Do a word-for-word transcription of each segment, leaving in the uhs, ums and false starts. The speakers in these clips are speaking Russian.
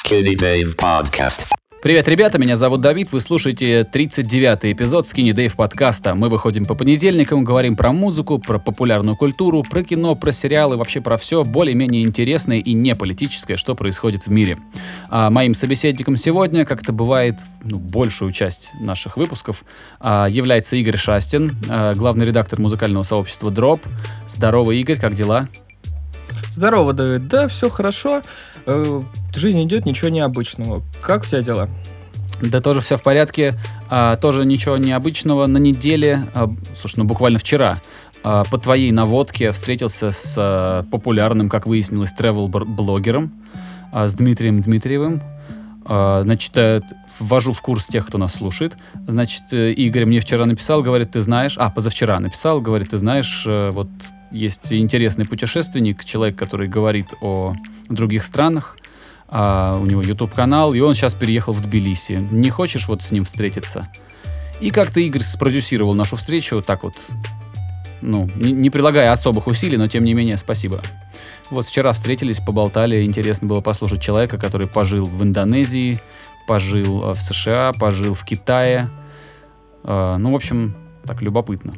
Skinny Dave Podcast. Привет, ребята, меня зовут Давид, вы слушаете тридцать девятый эпизод Skinny Dave подкаста. Мы выходим по понедельникам, говорим про музыку, про популярную культуру, про кино, про сериалы, вообще про все более-менее интересное и не политическое, что происходит в мире. А моим собеседником сегодня, как это бывает, ну, большую часть наших выпусков, а, является Игорь Шастин, а, главный редактор музыкального сообщества Drop. Здорово, Игорь, как дела? Здорово, Давид. Да, все хорошо. Э, жизнь идет, ничего необычного. Как у тебя дела? Да тоже все в порядке. А, тоже ничего необычного. На неделе, а, слушай, ну буквально вчера, а, по твоей наводке встретился с а, популярным, как выяснилось, тревел-блогером, а, с Дмитрием Дмитриевым. А, значит, э, ввожу в курс тех, кто нас слушает. Значит, э, Игорь мне вчера написал, говорит, ты знаешь... А, позавчера написал, говорит, ты знаешь, э, вот... Есть интересный путешественник, человек, который говорит о других странах. А, у него YouTube-канал, и он сейчас переехал в Тбилиси. Не хочешь вот с ним встретиться? И как-то Игорь спродюсировал нашу встречу так вот, ну, не, не прилагая особых усилий, но тем не менее спасибо. Вот вчера встретились, поболтали. Интересно было послушать человека, который пожил в Индонезии, пожил в США, пожил в Китае. А, ну, в общем, так любопытно.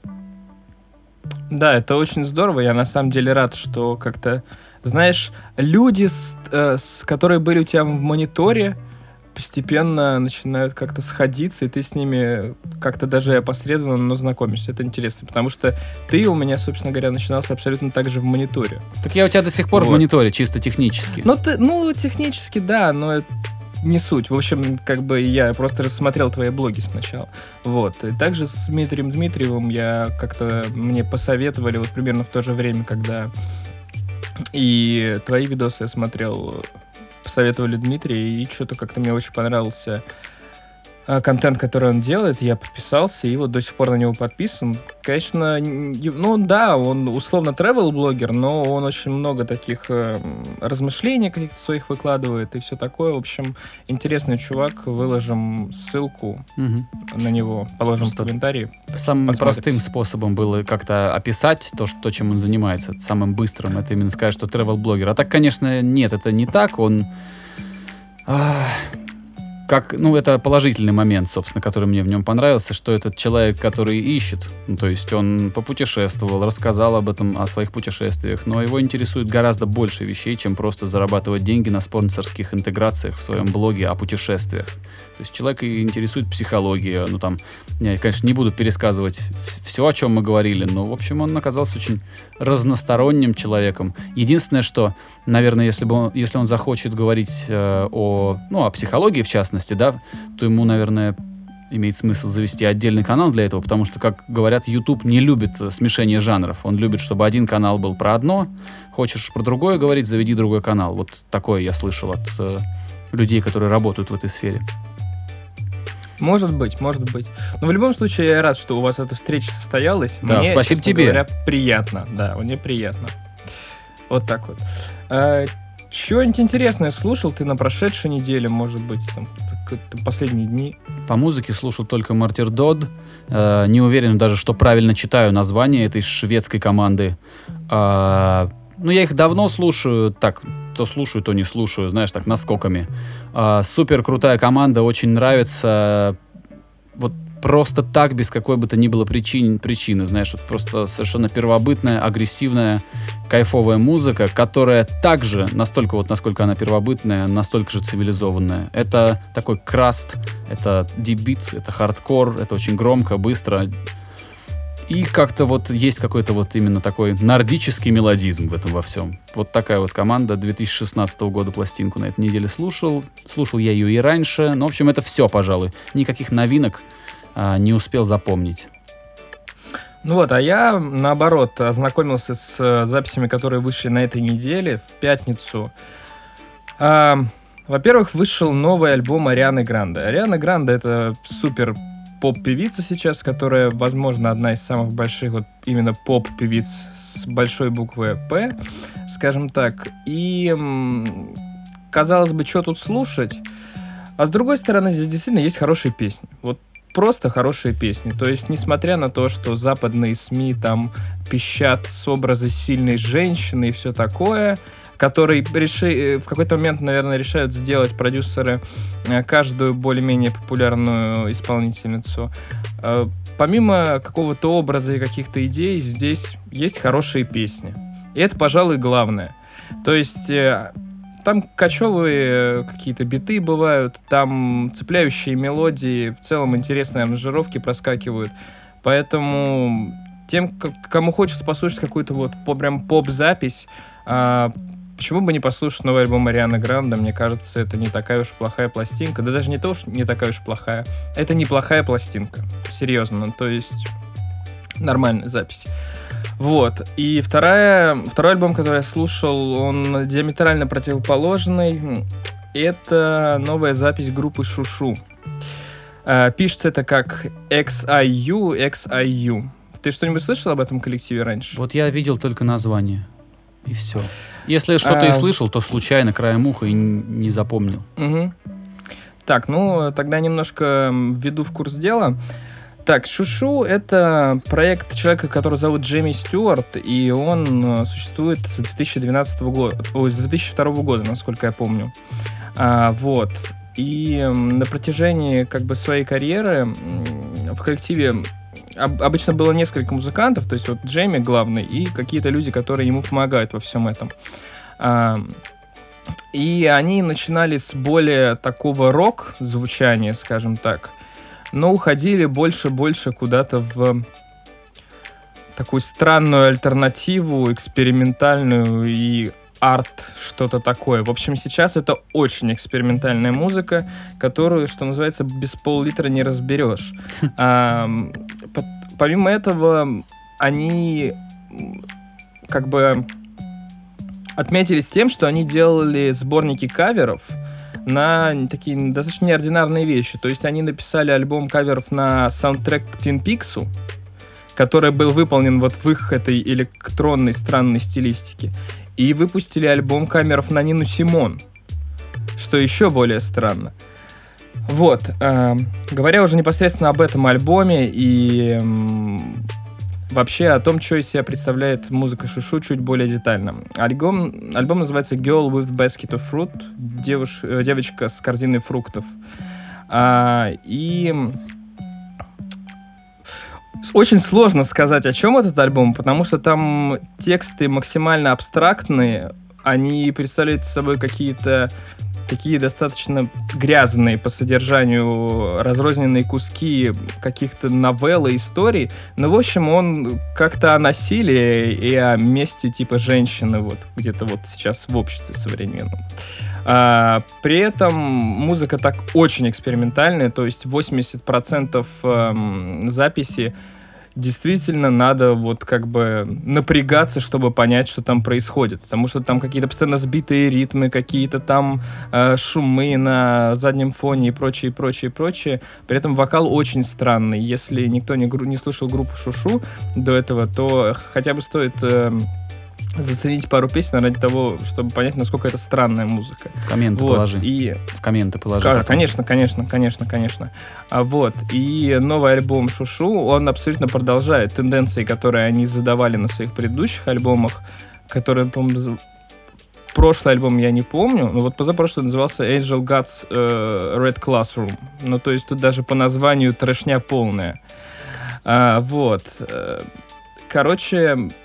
Да, это очень здорово. Я на самом деле рад, что как-то, знаешь, люди, с, э, с, которые были у тебя в мониторе, постепенно начинают как-то сходиться, и ты с ними как-то даже опосредованно, но знакомишься. Это интересно, потому что ты у меня, собственно говоря, начинался абсолютно так же в мониторе. Так я у тебя до сих пор вот. в мониторе, чисто технически. Ну, ты, ну, технически, да, но это не суть. В общем, как бы я просто рассмотрел твои блоги сначала. Вот. И также с Дмитрием Дмитриевым я как-то... Мне посоветовали вот примерно в то же время, когда и твои видосы я смотрел, посоветовали Дмитрия, и что-то как-то мне очень понравился контент, который он делает. Я подписался, и вот до сих пор на него подписан. Конечно, ну да, он условно travel-блогер, но он очень много таких э, размышлений каких-то своих выкладывает и все такое. В общем, интересный чувак. Выложим ссылку угу. на него, положим Просто в комментарии. Самым посмотрите. Простым способом было как-то описать то, что, чем он занимается. Самым быстрым это именно сказать, что travel-блогер. А так, конечно, нет, это не так. Он... Ах... Как, ну, это положительный момент, собственно, который мне в нем понравился, что этот человек, который ищет, ну, то есть он попутешествовал, рассказал об этом, о своих путешествиях, но его интересует гораздо больше вещей, чем просто зарабатывать деньги на спонсорских интеграциях в своем блоге о путешествиях. То есть человека интересует психология, ну, там, я, конечно, не буду пересказывать все, о чем мы говорили, но, в общем, он оказался очень разносторонним человеком. Единственное, что, наверное, если бы он, если он захочет говорить э, о, ну, о психологии, в частности, да, то ему, наверное, имеет смысл завести отдельный канал для этого, потому что, как говорят, YouTube не любит смешение жанров. Он любит, чтобы один канал был про одно, хочешь про другое говорить, заведи другой канал. Вот такое я слышал от э, людей, которые работают в этой сфере. Может быть, может быть. Но в любом случае я рад, что у вас эта встреча состоялась. Да, мне, спасибо честно тебе. говоря, приятно. Да, мне приятно. Вот так вот. А, что-нибудь интересное слушал ты на прошедшей неделе, может быть, там, последние дни? По музыке слушал только Мартирдод. Э, не уверен даже, что правильно читаю название этой шведской команды. Э, ну, я их давно слушаю, так, то слушаю, то не слушаю, знаешь, так, наскоками. Э, супер крутая команда, очень нравится. Вот просто так, без какой бы то ни было причин, причины, знаешь, вот просто совершенно первобытная, агрессивная, кайфовая музыка, которая также, настолько вот, насколько она первобытная, настолько же цивилизованная. Это такой краст, это дипбит, это хардкор, это очень громко, быстро. И как-то вот есть какой-то вот именно такой нордический мелодизм в этом во всем. Вот такая вот команда. две тысячи шестнадцатого года пластинку на этой неделе слушал. Слушал я ее и раньше. Ну, в общем, это все, пожалуй. Никаких новинок а, не успел запомнить. Ну вот, а я, наоборот, ознакомился с записями, которые вышли на этой неделе, в пятницу. А, во-первых, вышел новый альбом Арианы Гранде. Ариана Гранде — это супер поп-певица сейчас, которая, возможно, одна из самых больших вот именно поп-певиц с большой буквы «П», скажем так. И, м- казалось бы, что тут слушать? А с другой стороны, здесь действительно есть хорошие песни. Вот просто хорошие песни. То есть, несмотря на то, что западные СМИ там пищат с образа сильной женщины и все такое, который реши... в какой-то момент, наверное, решают сделать продюсеры каждую более-менее популярную исполнительницу. Помимо какого-то образа и каких-то идей, здесь есть хорошие песни. И это, пожалуй, главное. То есть там кочевые какие-то биты бывают, там цепляющие мелодии, в целом интересные аранжировки проскакивают. Поэтому тем, кому хочется послушать какую-то вот прям поп-запись, а, почему бы не послушать новый альбом Арианы Гранде? Мне кажется, это не такая уж плохая пластинка. Да даже не то уж не такая уж плохая. Это неплохая пластинка. Серьезно. То есть нормальная запись. Вот. И вторая, второй альбом, который я слушал, он диаметрально противоположный. Это новая запись группы Шушу. А, пишется это как икс ай ю, икс ай ю. Ты что-нибудь слышал об этом коллективе раньше? Вот я видел только название. И все. Если что-то а... и слышал, то случайно, краем уха, и не запомнил. Угу. Так, ну, тогда немножко введу в курс дела. Так, Шушу — это проект человека, который зовут Джейми Стюарт, и он существует с две тысячи двенадцатого года, ой, с две тысячи второго года, насколько я помню. А, вот. И на протяжении как бы своей карьеры в коллективе об, обычно было несколько музыкантов, то есть вот Джейми главный и какие-то люди, которые ему помогают во всем этом. А, и они начинали с более такого рок-звучания, скажем так, но уходили больше-больше куда-то в такую странную альтернативу, экспериментальную и арт, что-то такое. В общем, сейчас это очень экспериментальная музыка, которую, что называется, без пол-литра не разберешь. А, по- помимо этого, они как бы отметились тем, что они делали сборники каверов на такие достаточно неординарные вещи. То есть они написали альбом каверов на саундтрек к Twin Peaks'у, который был выполнен вот в их этой электронной странной стилистике. И выпустили альбом каверов на Нину Симон, что еще более странно. Вот. Э, говоря уже непосредственно об этом альбоме и э, вообще о том, что из себя представляет музыка Шушу, чуть более детально. Альбом, альбом называется Girl with Basket of Fruit, девуш, э, девочка с корзиной фруктов. А, и очень сложно сказать, о чем этот альбом, потому что там тексты максимально абстрактные, они представляют собой какие-то такие достаточно грязные по содержанию разрозненные куски каких-то новелл и историй. Но, в общем, он как-то о насилии и о месте типа женщины вот где-то вот сейчас в обществе современном. А, при этом музыка так очень экспериментальная, то есть восемьдесят процентов эм, записи действительно надо вот как бы напрягаться, чтобы понять, что там происходит. Потому что там какие-то постоянно сбитые ритмы, какие-то там э, шумы на заднем фоне и прочее, прочее, прочее. При этом вокал очень странный. Если никто не, гру- не слушал группу Шушу до этого, то хотя бы стоит э, заценить пару песен ради того, чтобы понять, насколько это странная музыка. В комменты вот. положи. И... В комменты положи. К- конечно, конечно, конечно, конечно. А вот. И новый альбом Шушу, он абсолютно продолжает тенденции, которые они задавали на своих предыдущих альбомах, которые, по-моему, прошлый альбом я не помню, но вот позапрошлый назывался Angel Gods uh, Red Classroom. Ну, то есть тут даже по названию трэшня полная. А, вот. Короче...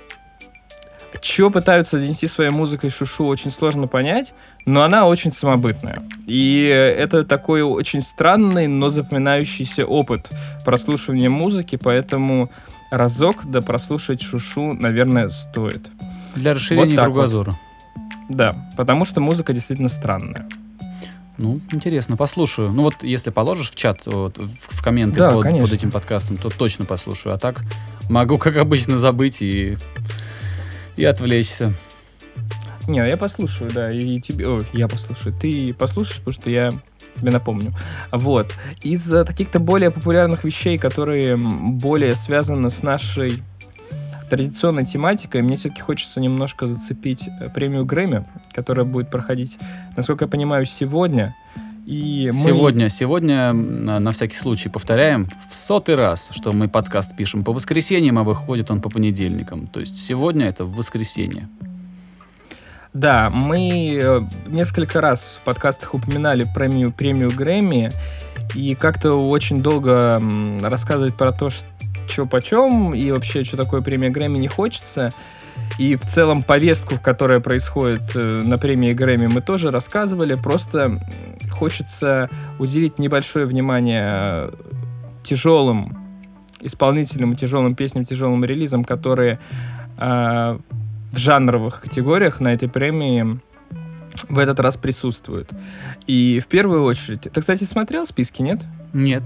Что пытаются донести своей музыкой Шушу, очень сложно понять, но она очень самобытная. И это такой очень странный, но запоминающийся опыт прослушивания музыки, поэтому разок да прослушать Шушу, наверное, стоит. Для расширения вот кругозора. Вот. Да, потому что музыка действительно странная. Ну, интересно, послушаю. Ну вот, если положишь в чат, вот, в, в комменты да, под, под конечно. этим подкастом, то точно послушаю. А так могу, как обычно, забыть и... И отвлечься. Не, я послушаю, да, и тебе... Ой, я послушаю. Ты послушаешь, потому что я тебе напомню. Вот. Из каких-то более популярных вещей, которые более связаны с нашей традиционной тематикой, мне все-таки хочется немножко зацепить премию Грэмми, которая будет проходить, насколько я понимаю, сегодня. И мы... Сегодня, сегодня, на, на всякий случай, повторяем в сотый раз, что мы подкаст пишем по воскресеньям, а выходит он по понедельникам. То есть сегодня это в воскресенье. Да, мы э, несколько раз в подкастах упоминали премию, премию Грэмми, и как-то очень долго м, рассказывать про то, что почем, и вообще, что такое премия Грэмми, не хочется. И в целом повестку, которая происходит э, на премии Грэмми, мы тоже рассказывали. Просто хочется уделить небольшое внимание тяжелым исполнителям, тяжелым песням, тяжелым релизам, которые э, в жанровых категориях на этой премии в этот раз присутствуют. И в первую очередь... Ты, кстати, смотрел списки, нет? Нет.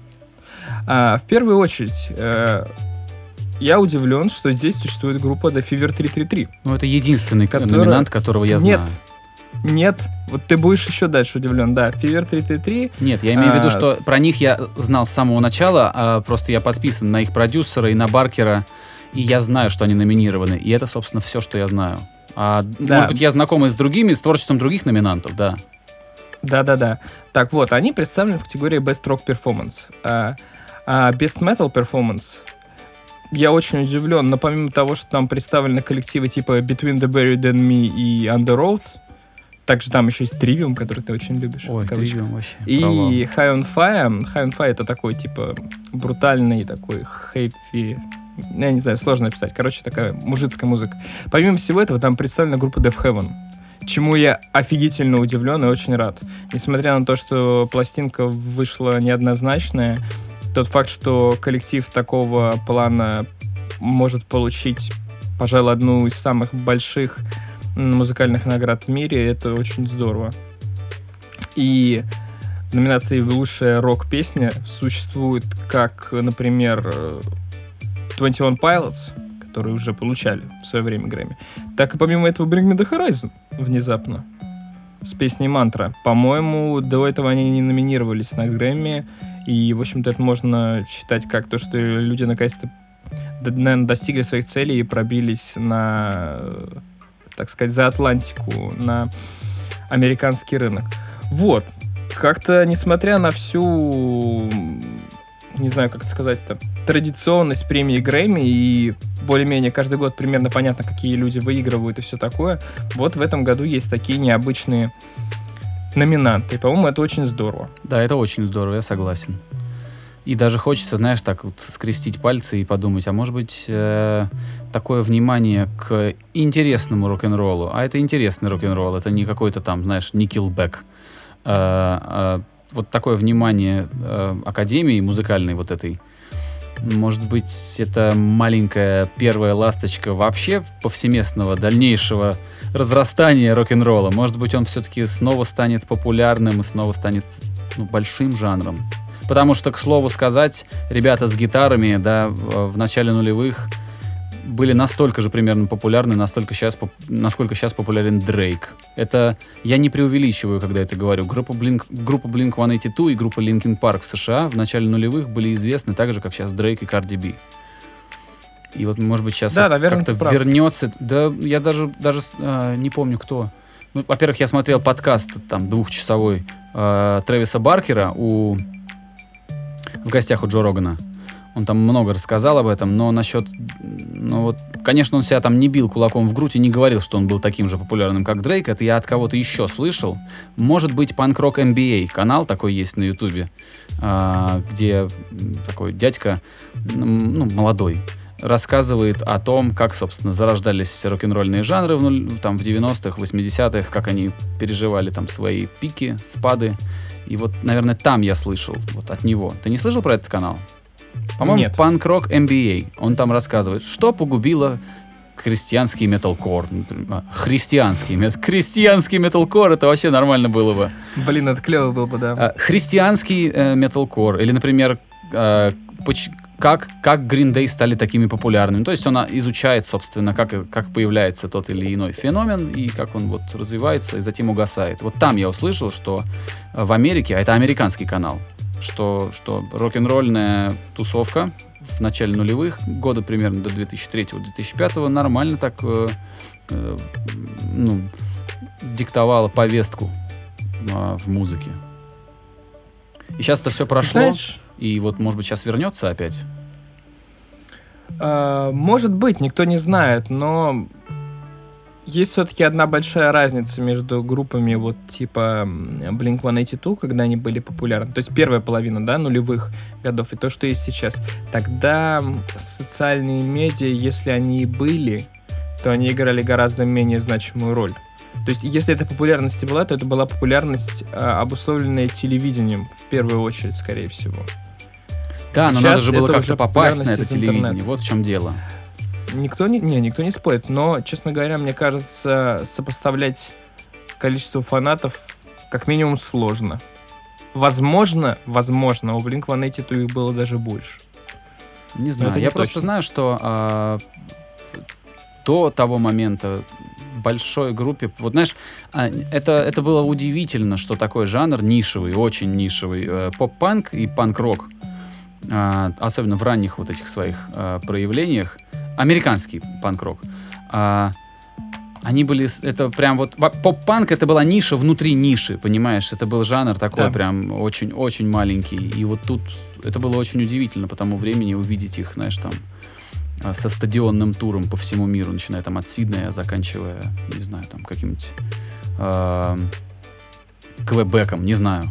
А, в первую очередь, э, я удивлен, что здесь существует группа The Fever три три три. Ну, это единственный Которая... номинант, которого я Нет. знаю. Нет, вот ты будешь еще дальше удивлен. Да, Fever три три три. Нет, я имею в виду, а, что с... про них я знал с самого начала, а просто я подписан на их продюсера и на Баркера, и я знаю, что они номинированы. И это, собственно, все, что я знаю. А, Да. Может быть, я знаком и с другими, с творчеством других номинантов, да. Да-да-да. Так вот, они представлены в категории Best Rock Performance. А, а Best Metal Performance, я очень удивлен, но помимо того, что там представлены коллективы типа Between the Buried and Me и Under Oath, также там еще есть Trivium, который ты очень любишь. Ой, в кавычках. Trivium вообще. И провал. High on Fire. High on Fire — это такой, типа, брутальный такой хэйфи. Я не знаю, сложно описать. Короче, такая мужицкая музыка. Помимо всего этого, там представлена группа Death Heaven, чему я офигительно удивлен и очень рад. Несмотря на то, что пластинка вышла неоднозначная, тот факт, что коллектив такого плана может получить, пожалуй, одну из самых больших музыкальных наград в мире, это очень здорово. И в номинации «Лучшая рок-песня» существует как, например, Twenty One Pilots, которые уже получали в свое время Грэмми, так и помимо этого Bring Me The Horizon внезапно с песней «Мантра». По-моему, до этого они не номинировались на Грэмми, и, в общем-то, это можно считать как то, что люди наконец-то, наверное, достигли своих целей и пробились на, так сказать, за Атлантику, на американский рынок. Вот. Как-то, несмотря на всю, не знаю, как это сказать-то, традиционность премии Грэмми, и более-менее каждый год примерно понятно, какие люди выигрывают и все такое, вот в этом году есть такие необычные номинанты. И, по-моему, это очень здорово. Да, это очень здорово, я согласен. И даже хочется, знаешь, так вот скрестить пальцы и подумать, а может быть, э, такое внимание к интересному рок-н-роллу. А это интересный рок-н-ролл, это не какой-то там, знаешь, Nickelback. Э, э, вот такое внимание э, академии музыкальной вот этой, может быть, это маленькая первая ласточка вообще повсеместного дальнейшего разрастания рок-н-ролла. Может быть, он все-таки снова станет популярным и снова станет, ну, большим жанром. Потому что, к слову сказать, ребята с гитарами, да, в начале нулевых были настолько же примерно популярны, настолько сейчас, насколько сейчас популярен Дрейк. Это я не преувеличиваю, когда это говорю. Группа Blink, группа блинк сто восемьдесят два и группа Linkin Park в США в начале нулевых были известны так же, как сейчас Дрейк и Cardi B. И вот, может быть, сейчас да, это наверное, как-то вернется. Да, я даже, даже э, не помню, кто. Ну, во-первых, я смотрел подкаст там двухчасовой э, Трэвиса Баркера у... в гостях у Джо Рогана. Он там много рассказал об этом, но насчет... Ну вот, конечно, он себя там не бил кулаком в грудь и не говорил, что он был таким же популярным, как Дрейк. Это я от кого-то еще слышал. Может быть, Punk Rock эн би эй канал такой есть на Ютубе, где такой дядька, ну, молодой, рассказывает о том, как, собственно, зарождались рок-н-ролльные жанры в, нуль, там, в девяностых, восьмидесятых, как они переживали там свои пики, спады. И вот, наверное, там я слышал вот от него. Ты не слышал про этот канал? По-моему, Нет. Punk Rock эн би эй. Он там рассказывает, что погубило христианский металкор. Христианский, мет... Христианский металкор, это вообще нормально было бы. Блин, это клево было бы, да. А, христианский э, металкор. Или, например, э, поч... как, как Green Day стали такими популярными. То есть он изучает, собственно, как, как появляется тот или иной феномен, и как он вот развивается, и затем угасает. Вот там я услышал, что в Америке, а это американский канал, что, что рок-н-ролльная тусовка в начале нулевых, года примерно до две тысячи третьего - две тысячи пятого, нормально так э, э, ну, диктовала повестку э, в музыке. И сейчас это все прошло, Знаешь, и вот, может быть, сейчас вернется опять. э, может быть, никто не знает, но Есть все-таки одна большая разница между группами вот типа блинк сто восемьдесят два, когда они были популярны, то есть первая половина, да, нулевых годов, и то, что есть сейчас. Тогда социальные медиа, если они и были, то они играли гораздо менее значимую роль. То есть, если эта популярность и была, то это была популярность, а, обусловленная телевидением, в первую очередь, скорее всего. Да, Сейчас но надо же было это как-то уже попасть на популярность это из телевидение. интернета. Вот в чем дело. Никто не, не, никто не спорит, но, честно говоря, мне кажется, сопоставлять количество фанатов как минимум сложно. Возможно, возможно, у блинк сто восемьдесят два их было даже больше. Не знаю. это Я не просто точно. знаю, что а, до того момента большой группе, вот знаешь, а, это, это было удивительно, что такой жанр нишевый, очень нишевый, э, поп-панк и панк-рок, а, особенно в ранних вот этих своих а, проявлениях, американский панк-рок, а, они были, с- это прям вот, во- поп-панк это была ниша внутри ниши, понимаешь, это был жанр такой Да. прям очень-очень маленький, и вот тут это было очень удивительно по тому времени увидеть их, знаешь, там, а, со стадионным туром по всему миру, начиная там от Сиднея, заканчивая, не знаю, там каким-нибудь а, Квебеком, не знаю.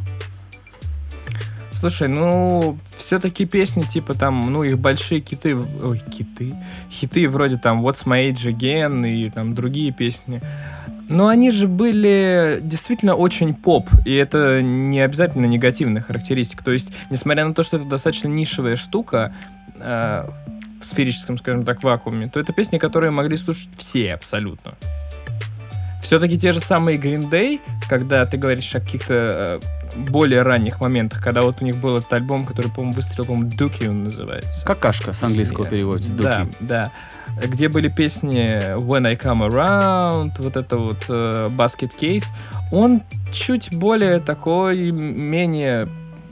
Слушай, ну, все-таки песни типа там, ну, их большие киты, в- ой, киты, хиты вроде там What's My Age Again и там другие песни, но они же были действительно очень поп, и это не обязательно негативная характеристика. То есть, несмотря на то, что это достаточно нишевая штука, э, в сферическом, скажем так, вакууме, то это песни, которые могли слушать все абсолютно. Все-таки те же самые Green Day, когда ты говоришь о каких-то э, более ранних моментах, когда вот у них был этот альбом, который, по-моему, выстрелил, по-моему, Dookie он называется. Какашка с английского Песни. переводится. Да, Дуки. да. Где были песни When I Come Around, вот это вот э, Basket Case, он чуть более такой, м- менее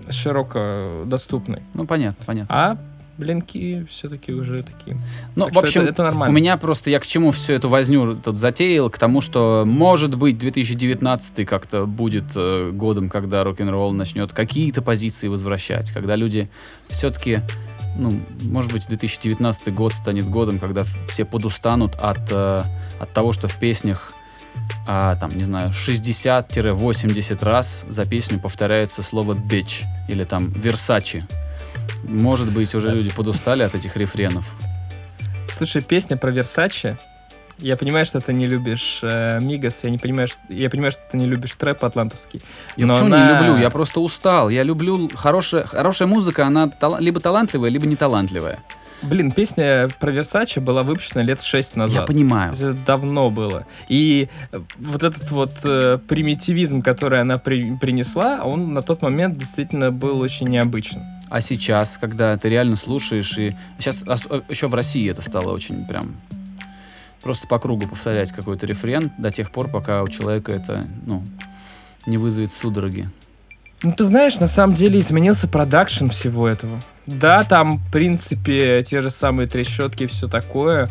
широко доступный. Ну, понятно, понятно. А блинки все-таки уже такие. Ну, Так в что общем, это- это нормально. у меня просто, я к чему всю эту возню тут затеял, к тому, что, может быть, две тысячи девятнадцатый как-то будет э, годом, когда рок-н-ролл начнет какие-то позиции возвращать, когда люди все-таки, ну, может быть, две тысячи девятнадцатый год станет годом, когда все подустанут от, э, от того, что в песнях, а, там, не знаю, шестьдесят-восемьдесят раз за песню повторяется слово «bitch» или там «Versace». Может быть, уже люди подустали от этих рефренов. Слушай, песня про Versace. Я понимаю, что ты не любишь э, Мигас, я не понимаю, что, я понимаю, что ты не любишь трэп атлантовский. Я но почему она- не люблю? Я просто устал. Я люблю хорошая, хорошая музыка, она тала- либо талантливая, либо не талантливая. Блин, песня про Versace была выпущена лет шесть назад. Я понимаю. Это давно было. И э, вот этот вот э, примитивизм, который она при- принесла, он на тот момент действительно был очень необычен. А сейчас, когда ты реально слушаешь, и сейчас ос- еще в России это стало очень прям просто по кругу повторять какой-то рефрен до тех пор, пока у человека это, ну, не вызовет судороги. Ну, ты знаешь, на самом деле изменился продакшн всего этого. Да, там, в принципе, те же самые трещотки и все такое,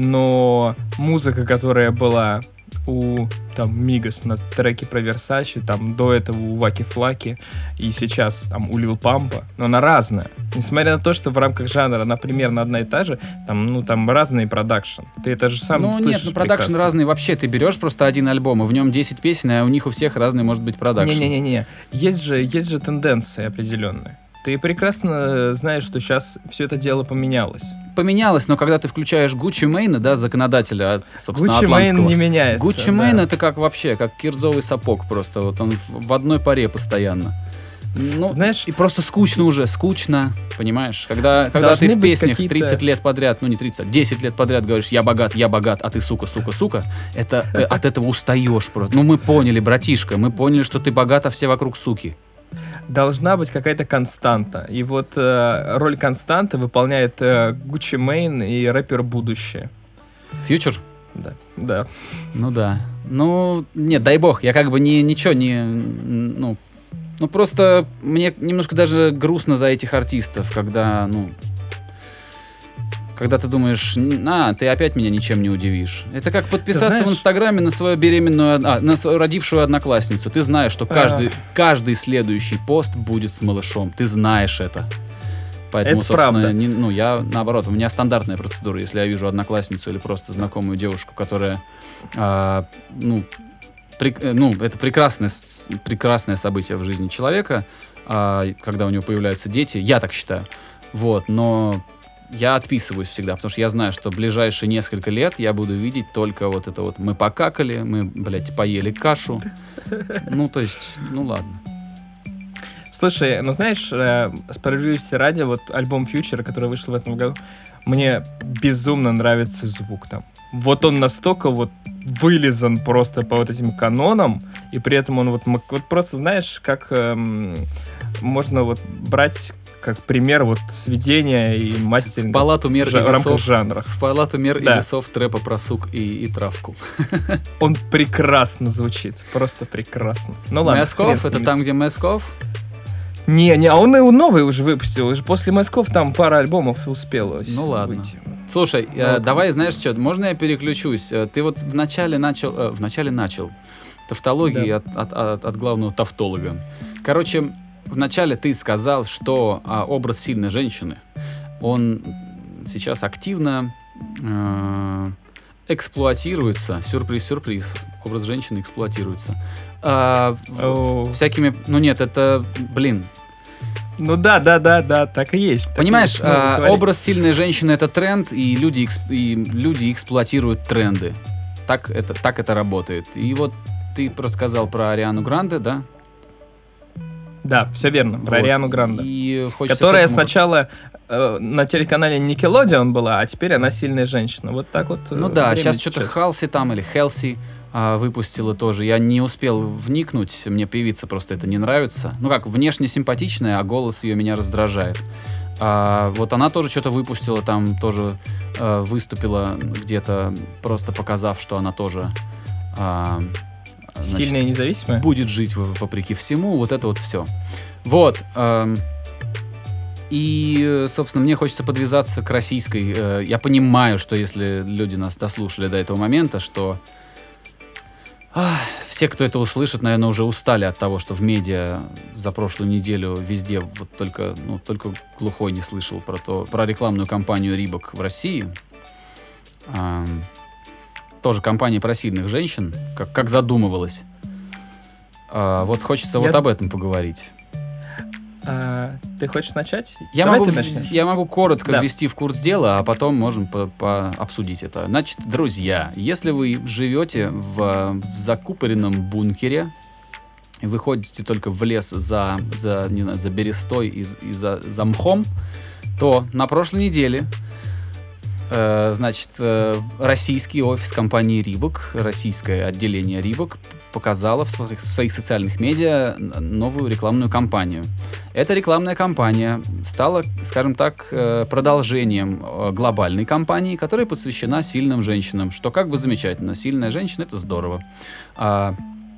но музыка, которая была у там Мигас на треке про Versace, там до этого у Ваки Флаки и сейчас там у Лил Пампа, но она разная. Несмотря на то, что в рамках жанра она примерно одна и та же, там, ну, там разный продакшн. Ты это же сам Ну слышишь нет, ну продакшн прекрасно. разный вообще. Ты берешь просто один альбом, и в нем десять песен, а у них у всех разный может быть продакшн. Не-не-не, есть же, есть же тенденции определенные. Ты прекрасно знаешь, что сейчас все это дело поменялось. Поменялось, но когда ты включаешь Гуччи Мэйна, да, законодателя, от, собственно, Гуччи атлантского. Мэйн не меняется. Гуччи да. Мэйн это как вообще, как кирзовый сапог просто, вот он в, в одной паре постоянно. Ну, Знаешь, и просто скучно уже, скучно, понимаешь? Когда, когда Должны ты в быть песнях какие-то- тридцать лет подряд, ну не тридцать, десять лет подряд говоришь, я богат, я богат, а ты сука, сука, сука, это э, от этого устаешь просто. Ну мы поняли, братишка, мы поняли, что ты богат, а все вокруг суки. должна быть какая-то константа. И вот э, роль константы выполняет э, Гуччи Мэйн и рэпер Будущее. Фьючер? Да, да. Ну да. Ну, нет, дай бог, я как бы не, ничего не, ну, ну просто мне немножко даже грустно за этих артистов, когда, ну, когда ты думаешь, а, ты опять меня ничем не удивишь. Это как подписаться Знаешь- в Инстаграме на свою беременную, а, на свою родившую одноклассницу. Ты знаешь, что каждый, каждый следующий пост будет с малышом. Ты знаешь это. Поэтому, Это собственно, правда. не- ну, я, наоборот, у меня стандартная процедура. Если я вижу одноклассницу или просто знакомую девушку, которая, а, ну, прек- э, ну, это прекрасное, с- прекрасное событие в жизни человека, а, когда у него появляются дети, я так считаю. Вот, но я отписываюсь всегда, потому что я знаю, что ближайшие несколько лет я буду видеть только вот это вот мы покакали, мы, блядь, поели кашу. Ну, то есть, ну ладно. Слушай, ну знаешь, э, справедливости ради, вот альбом Future, который вышел в этом году, мне безумно нравится звук там. Вот он настолько вот вылизан просто по вот этим канонам, и при этом он вот, м- вот просто, знаешь, как эм, можно вот брать как пример вот сведения и В мастеринга палату мер жа- и в рамках весов, жанров. в палату мер и Да. весов трэпа про сук и, и травку. Он прекрасно звучит, просто прекрасно. Ну ладно, хрен Мэсков, с это ними. там, где Мэсков? Не, не, а он и новый уже выпустил. Уже после Мэсков там пара альбомов успела Ну ладно. выйти. Слушай, э, Вот. давай, знаешь что, можно я переключусь? Э, Ты вот вначале начал, э, вначале начал тавтологии Да. от, от, от- от главного тавтолога. Короче, вначале ты сказал, что а, образ сильной женщины, он сейчас активно э, эксплуатируется, сюрприз-сюрприз, образ женщины эксплуатируется. А, в- О. всякими, ну нет, это, блин, Ну да, да, да, да, так и есть. так и понимаешь, есть. Ну, а, говори. образ сильной женщины — это тренд, и люди, эксп- и люди эксплуатируют тренды. Так это, так это работает. И вот ты рассказал про Ариану Гранде, да? Да, все верно, про Вот. Ариану Гранде. И хочется Которая к этому- сначала э, на телеканале Nickelodeon была, а теперь она сильная женщина. Вот так вот. э, Ну да, время сейчас что-то течет. Халси там или Хелси а, выпустила тоже. Я не успел вникнуть, мне певица просто это не нравится. Ну как, внешне симпатичная, а голос ее меня раздражает. А, вот она тоже что-то выпустила, там тоже а, выступила где-то, просто показав, что она тоже а, значит, Сильная и независимая. будет жить в- вопреки всему, вот это вот все. Вот. эм, И, собственно, мне хочется подвязаться к российской. э, Я понимаю, что если люди нас дослушали до этого момента, что ах, все, кто это услышит, наверное, уже устали от того, что в медиа за прошлую неделю везде вот только, ну, только глухой не слышал про то, про рекламную кампанию Рибок в России. Ам, Тоже компания про сильных женщин, как, как задумывалась. А, вот хочется Я- вот об этом поговорить. А, ты хочешь начать? Я Давай могу, ты начнешь. я могу коротко Да. ввести в курс дела, а потом можем по- по- обсудить это. Значит, друзья, если вы живете в, в закупоренном бункере, и вы ходите только в лес за, за, не знаю, за берестой и, и за, за мхом, то на прошлой неделе э, значит, э, российский офис компании Рибок, российское отделение Рибок, показало в своих, в своих социальных медиа новую рекламную кампанию. Эта рекламная кампания стала, скажем так, э, продолжением э, глобальной кампании, которая посвящена сильным женщинам, что как бы замечательно. Сильная женщина — это здорово. А,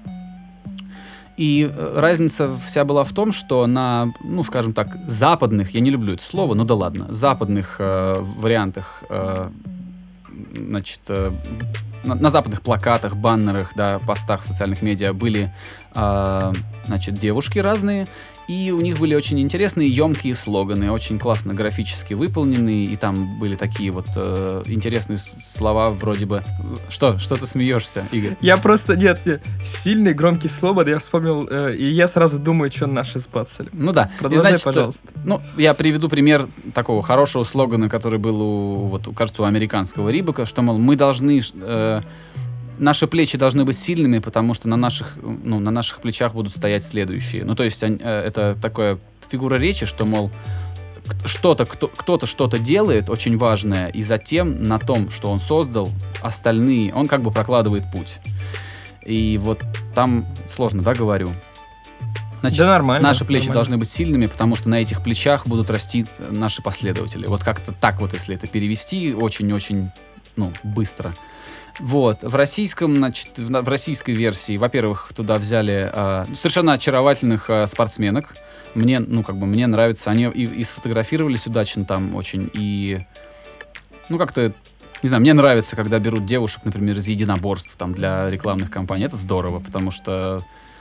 И э, разница вся была в том, что на, ну, скажем так, западных, я не люблю это слово, ну да ладно, западных э, вариантах, э, значит, э, на, на западных плакатах, баннерах, да, постах в социальных медиа были, э, значит, девушки разные, и у них были очень интересные, емкие слоганы, очень классно графически выполненные, и там были такие вот э, интересные с- слова вроде бы... Что? Что ты смеешься, Игорь? Я просто, нет, нет, сильный громкий слоган, я вспомнил, э, и я сразу думаю, что наши сбацали. Ну да. И, Продолжай, значит, пожалуйста. Ну, я приведу пример такого хорошего слогана, который был у, вот, у, кажется, у американского Рибока, что, мол, мы должны, э, наши плечи должны быть сильными, потому что на наших, ну, на наших плечах будут стоять следующие. Ну, то есть, они- э, это такая фигура речи, что, мол, к- что-то, кто, кто-то что-то делает очень важное, и затем на том, что он создал, остальные, он как бы прокладывает путь. И вот там сложно, да, говорю? Значит, Да нормально. наши плечи нормально. должны быть сильными, потому что на этих плечах будут расти э, наши последователи. Вот как-то так вот, если это перевести, очень-очень, ну, быстро. Вот. В российском, значит, в, на- в российской версии, во-первых, туда взяли э, совершенно очаровательных э, спортсменок. Мне, ну, как бы, мне нравится. Они и, и сфотографировались удачно там очень, и, ну, как-то, не знаю, мне нравится, когда берут девушек, например, из единоборств там для рекламных кампаний. Это здорово, потому что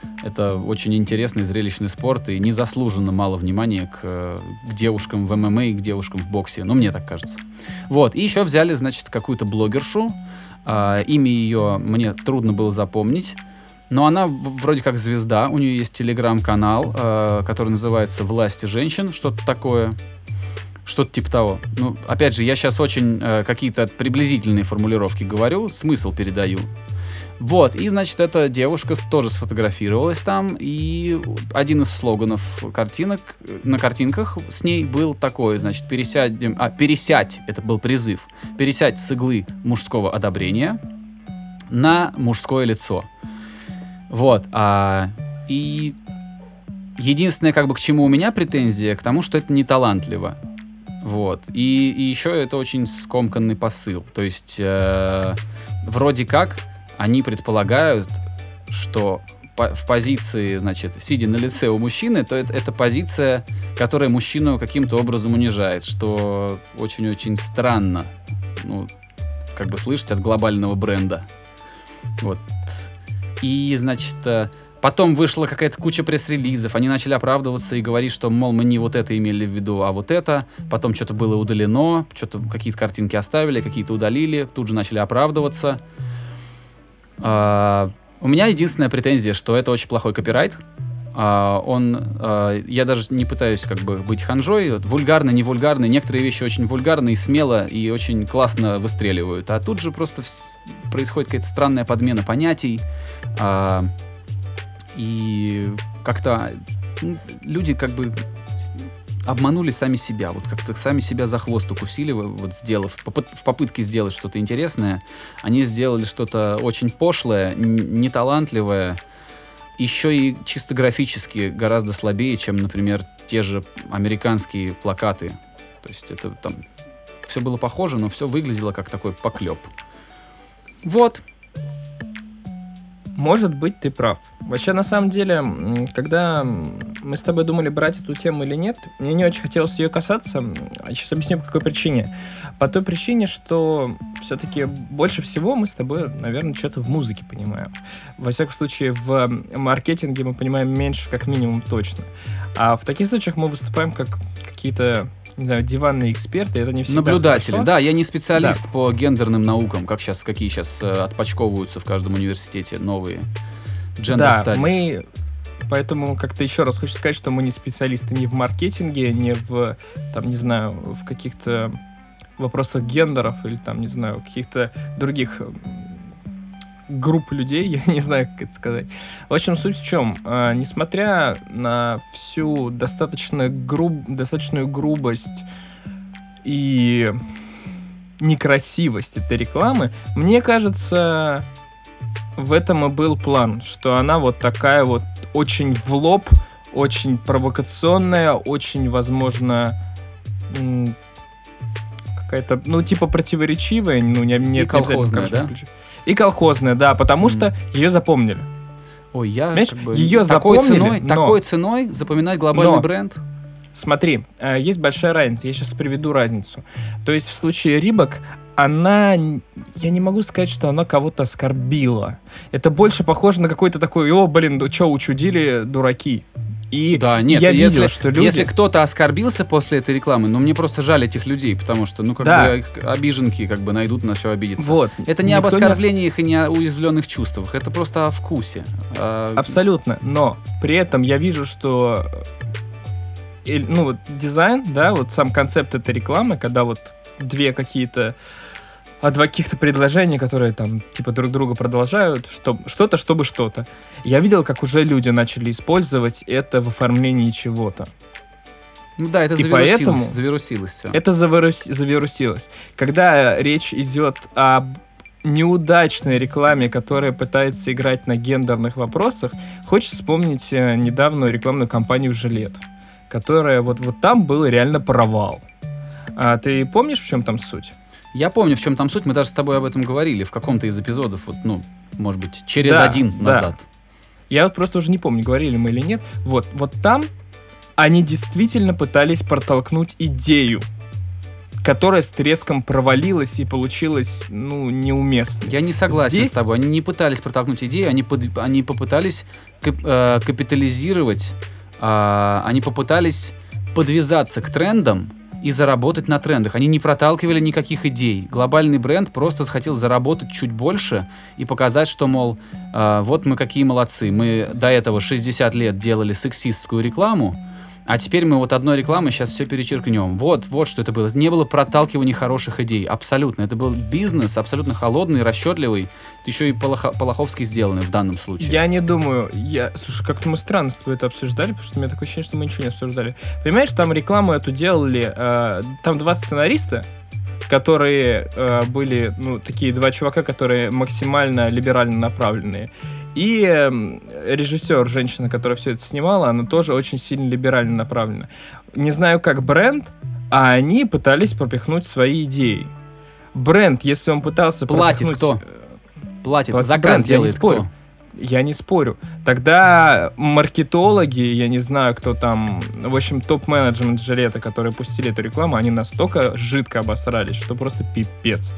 Это очень интересный, зрелищный спорт, и незаслуженно мало внимания к, к девушкам в эм эм а и к девушкам в боксе. Ну, мне так кажется. Вот. И еще взяли, значит, какую-то блогершу. А, имя ее мне трудно было запомнить. Но она в- вроде как звезда. У нее есть телеграм-канал, а, который называется «Власти женщин». Что-то такое. Что-то типа того. Ну, опять же, я сейчас очень а, какие-то приблизительные формулировки говорю, смысл передаю. Вот, и, значит, эта девушка с- тоже сфотографировалась там, и один из слоганов картинок, на картинках с ней был такой, значит, пересядем, а, пересядь, это был призыв, пересядь с иглы мужского одобрения на мужское лицо. Вот, а, и единственное, как бы, к чему у меня претензия, к тому, что это не талантливо. Вот, и, и еще это очень скомканный посыл, то есть, э, вроде как, они предполагают, что по- в позиции, значит, сидя на лице у мужчины, то это, это позиция, которая мужчину каким-то образом унижает, что очень-очень странно, ну, как бы слышать от глобального бренда. Вот. И, значит, э, потом вышла какая-то куча пресс-релизов, они начали оправдываться и говорить, что, мол, мы не вот это имели в виду, а вот это. Потом что-то было удалено, что-то какие-то картинки оставили, какие-то удалили, тут же начали оправдываться. А, у меня единственная претензия, что это очень плохой копирайт. А, он, а, я даже не пытаюсь как бы быть ханжой, вот, вульгарный, не вульгарный. Некоторые вещи очень вульгарные, смело и очень классно выстреливают. А тут же просто вс- происходит какая-то странная подмена понятий. А, и как-то ну, люди как бы с- обманули сами себя, вот как-то сами себя за хвост укусили, вот сделав, попыт- в попытке сделать что-то интересное, они сделали что-то очень пошлое, н- неталантливое, еще и чисто графически гораздо слабее, чем, например, те же американские плакаты. То есть это там все было похоже, но все выглядело как такой поклеп. Вот. Может быть, ты прав. Вообще, на самом деле, м, когда мы с тобой думали, брать эту тему или нет, мне не очень хотелось ее касаться. Сейчас объясню, по какой причине. По той причине, что все-таки больше всего мы с тобой, наверное, что-то в музыке понимаем. Во всяком случае, в маркетинге мы понимаем меньше, как минимум, точно. А в таких случаях мы выступаем как какие-то, не знаю, диванные эксперты. Это не всегда Наблюдатели. хорошо. Да, я не специалист по гендерным наукам, как сейчас, какие сейчас э, отпочковываются в каждом университете новые. Gender Да, studies. мы... Поэтому как-то еще раз хочу сказать, что мы не специалисты ни в маркетинге, ни в, там, не знаю, в каких-то вопросах гендеров или там, не знаю, каких-то других м, групп людей, я не знаю, как это сказать. В общем, суть в чем? А, несмотря на всю достаточно груб... достаточную грубость и некрасивость этой рекламы, мне кажется, в этом и был план, что она вот такая вот очень в лоб, очень провокационная, очень, возможно, м, какая-то, ну, типа противоречивая, ну, не, не И колхозная, обязательно, конечно, да? ключ- И колхозная, да, потому Мгм. что ее запомнили. Ой, я Понимаешь, как бы её такой запомнили, ценой, но- такой ценой запоминать глобальный Но- бренд. Смотри, э, есть большая разница, я сейчас приведу разницу. То есть в случае Рибок она, н- я не могу сказать, что она кого-то оскорбила. Это больше похоже на какой-то такой, о, блин, да чё, учудили дураки. И Да, нет, я если, видел, что люди... если кто-то оскорбился после этой рекламы, ну мне просто жаль этих людей, потому что, ну, как Да. бы их обиженки как бы найдут на что обидеться. Вот. Это не об Никто не ос- оскорблениях и не о уязвленных чувствах, это просто о вкусе. А, Абсолютно, но при этом я вижу, что э, ну вот дизайн, да, вот сам концепт этой рекламы, когда вот две какие-то а два каких-то предложения, которые там типа друг друга продолжают, что, что-то, чтобы что-то. Я видел, как уже люди начали использовать это в оформлении чего-то. ну да, это и завирусилось, поэтому- завирусилось все. Это завирус- завирусилось. Когда речь идет об неудачной рекламе, которая пытается играть на гендерных вопросах, хочется вспомнить э, недавнюю рекламную кампанию «Жилет», которая вот, вот там был реально провал. А ты помнишь, в чем там суть? Я помню, в чем там суть, мы даже с тобой об этом говорили в каком-то из эпизодов, вот, ну, может быть, через Да, один да. назад. Я вот просто уже не помню, говорили мы или нет. Вот, вот там они действительно пытались протолкнуть идею, которая с треском провалилась и получилась, ну, неуместной. Я не согласен Здесь... с тобой. Они не пытались протолкнуть идею, они, под, они попытались кап, э, капитализировать, э, они попытались подвязаться к трендам и заработать на трендах. Они не проталкивали никаких идей. Глобальный бренд просто захотел заработать чуть больше и показать, что, мол, э, вот мы какие молодцы. Мы до этого шестьдесят лет делали сексистскую рекламу, а теперь мы вот одной рекламой сейчас все перечеркнем. Вот, вот что это было. Это не было проталкивания хороших идей. Абсолютно. Это был бизнес абсолютно холодный, расчетливый. Еще и полохо- полоховский сделанный в данном случае. Я не думаю. Я... Слушай, как-то мы странно с тобой это обсуждали, потому что у меня такое ощущение, что мы ничего не обсуждали. Понимаешь, там рекламу эту делали... Э, там два сценариста, которые э, были, ну, такие два чувака, которые максимально либерально направленные. И э, режиссер, женщина, которая все это снимала, она тоже очень сильно либерально направлена. Не знаю, как бренд, а они пытались пропихнуть свои идеи. Бренд, если он пытался Платит пропихнуть... кто? Платит. Платит Заказ бренд, я не делает спорю. кто? Я не спорю. Тогда маркетологи, я не знаю, кто там, в общем, топ-менеджмент Жилета, которые пустили эту рекламу, они настолько жидко обосрались, что просто пипец.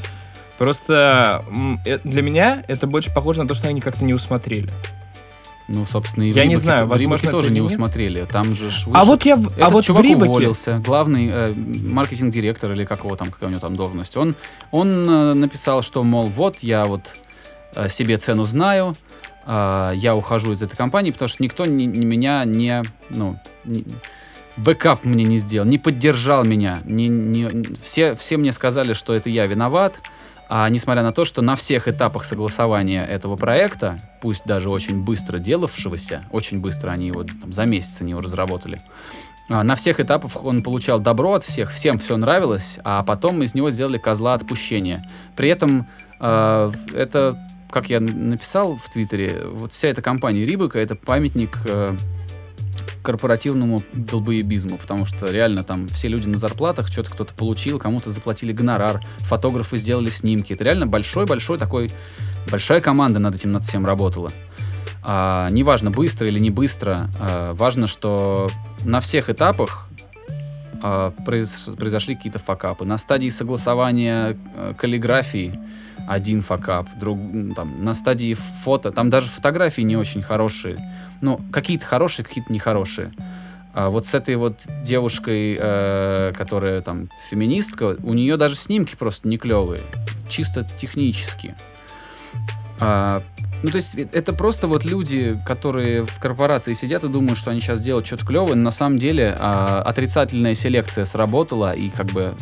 Просто для меня это больше похоже на то, что они как-то не усмотрели. Ну, собственно, и в Я не Рибаке- знаю, в возможно, Рибаке тоже это не нет. усмотрели. Там же ж А вышел- вот я, Этот а вот в чувак Рибаке... уволился, главный э, маркетинг-директор или какого там, какая у него там должность. Он, он э, написал, что, мол, вот я вот э, себе цену знаю, э, я ухожу из этой компании, потому что никто ни, ни меня не, ну, не- бэкап мне не сделал, не поддержал меня. Не, не, все, все мне сказали, что это я виноват. А несмотря на то, что на всех этапах согласования этого проекта, пусть даже очень быстро делавшегося, очень быстро они его там, за месяц они его разработали, а, на всех этапах он получал добро от всех, всем все нравилось, а потом из него сделали козла отпущения. При этом э, это, как я написал в Твиттере, вот вся эта компания Рибака — это памятник э, корпоративному долбоебизму, потому что реально там все люди на зарплатах, что-то кто-то получил, кому-то заплатили гонорар, фотографы сделали снимки. Это реально большой-большой такой, большая команда над этим, над всем работала. А, неважно, быстро или не быстро, а, важно, что на всех этапах а, произ, произошли какие-то факапы. На стадии согласования а, каллиграфии один факап, друг, там, на стадии фото, там даже фотографии не очень хорошие. Ну, какие-то хорошие, какие-то нехорошие. А вот с этой вот девушкой, э, которая там феминистка, у нее даже снимки просто не клевые. Чисто технически. А, ну, то есть это просто вот люди, которые в корпорации сидят и думают, что они сейчас делают что-то клевое, но на самом деле а, отрицательная селекция сработала, и как бы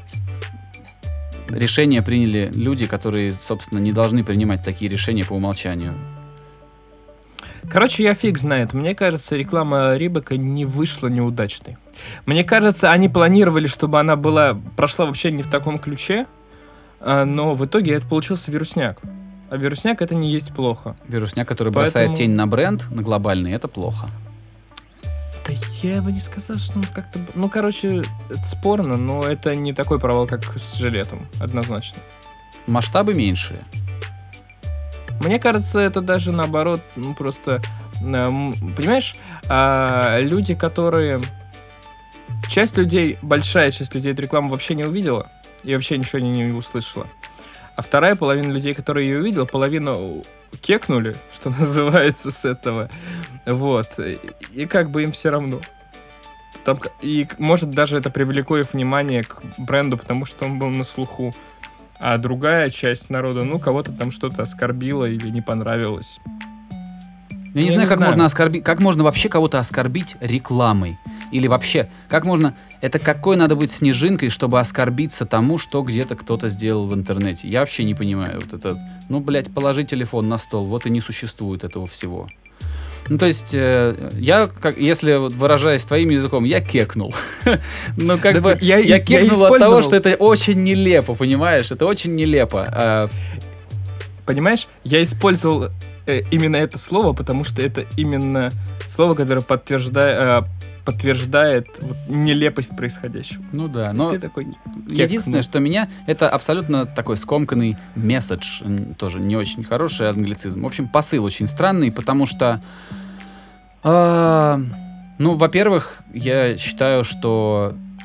решения приняли люди, которые, собственно, не должны принимать такие решения по умолчанию. Короче, я фиг знает. Мне кажется, реклама Рибака не вышла неудачной. Мне кажется, они планировали, чтобы она была прошла вообще не в таком ключе, а, но в итоге это получился вирусняк. А вирусняк — это не есть плохо. Вирусняк, который Поэтому- бросает тень на бренд, на глобальный, это плохо. Да я бы не сказал, что он как-то... Ну, короче, это спорно, но это не такой провал, как с Жилетом, однозначно. Масштабы меньшие. Мне кажется, это даже наоборот, ну, просто... эм, Понимаешь, а, люди, которые... Часть людей, большая часть людей эту рекламу вообще не увидела и вообще ничего не, не услышала. А вторая половина людей, которые ее увидела, половину кекнули, что называется, с этого. Вот. И, и как бы им все равно. Там, к- и, к- может, даже это привлекло их внимание к бренду, потому что он был на слуху. А другая часть народа, ну, кого-то там что-то оскорбило или не понравилось. Я не Я знаю, не как знаю. можно оскорбить, как можно вообще кого-то оскорбить рекламой. Или вообще, как можно... Это какой надо быть снежинкой, чтобы оскорбиться тому, что где-то кто-то сделал в интернете? Я вообще не понимаю. Вот это... Ну, блядь, положи телефон на стол, вот и не существует этого всего. Ну, то есть, э, я, как, если вот выражаясь твоим языком, я кекнул. Ну, как Да бы, я- я я кекнул от того, использовал. что это очень нелепо, понимаешь? Это очень нелепо. А, Понимаешь, я использовал э, именно это слово, потому что это именно слово, которое подтверждает, подтверждает вот нелепость происходящего. Ну да, И но... ты такой... Единственное, кекнул. что меня, это абсолютно такой скомканный месседж, м, тоже не очень хороший англицизм. В общем, посыл очень странный, потому что, а, ну, во-первых, я считаю, что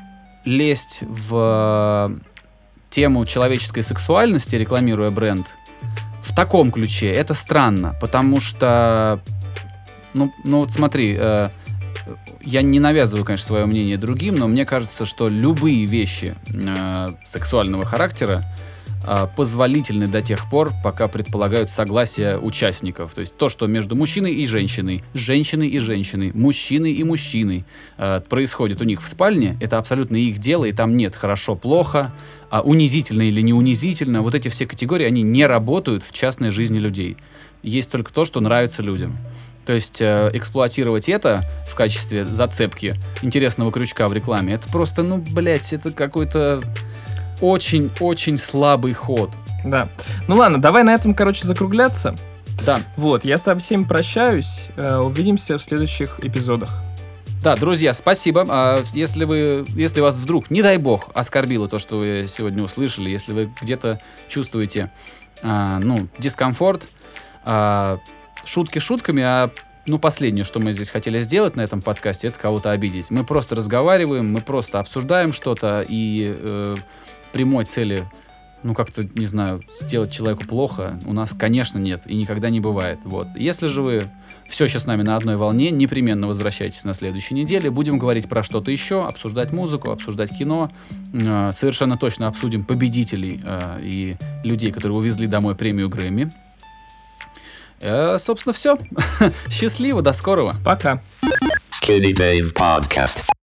лезть в тему человеческой сексуальности, рекламируя бренд, в таком ключе, это странно, потому что, ну, ну вот смотри, э, я не навязываю, конечно, свое мнение другим, но мне кажется, что любые вещи э, сексуального характера э, позволительны до тех пор, пока предполагают согласие участников. То есть то, что между мужчиной и женщиной, женщиной и женщиной, мужчиной и мужчиной э, происходит у них в спальне, это абсолютно их дело, и там нет хорошо-плохо, а унизительно или не унизительно. Вот эти все категории, они не работают в частной жизни людей. Есть только то, что нравится людям. То есть э, эксплуатировать это в качестве зацепки интересного крючка в рекламе, это просто, ну, блядь, это какой-то очень-очень слабый ход. Да. Ну ладно, давай на этом, короче, закругляться. Да. Вот, я со всеми прощаюсь. Э, увидимся в следующих эпизодах. Да, друзья, спасибо. А если вы, если вас вдруг, не дай бог, оскорбило то, что вы сегодня услышали, если вы где-то чувствуете, а, ну, дискомфорт, а, шутки шутками, а ну, последнее, что мы здесь хотели сделать на этом подкасте, это кого-то обидеть. Мы просто разговариваем, мы просто обсуждаем что-то, и э, прямой цели, ну, как-то, не знаю, сделать человеку плохо у нас, конечно, нет, и никогда не бывает. Вот. Если же вы все еще с нами на одной волне, непременно возвращайтесь на следующей неделе, будем говорить про что-то еще, обсуждать музыку, обсуждать кино, э, совершенно точно обсудим победителей э, и людей, которые увезли домой премию Грэмми. Э, собственно, все. Счастливо, до скорого. Пока. Skinny Dave Podcast.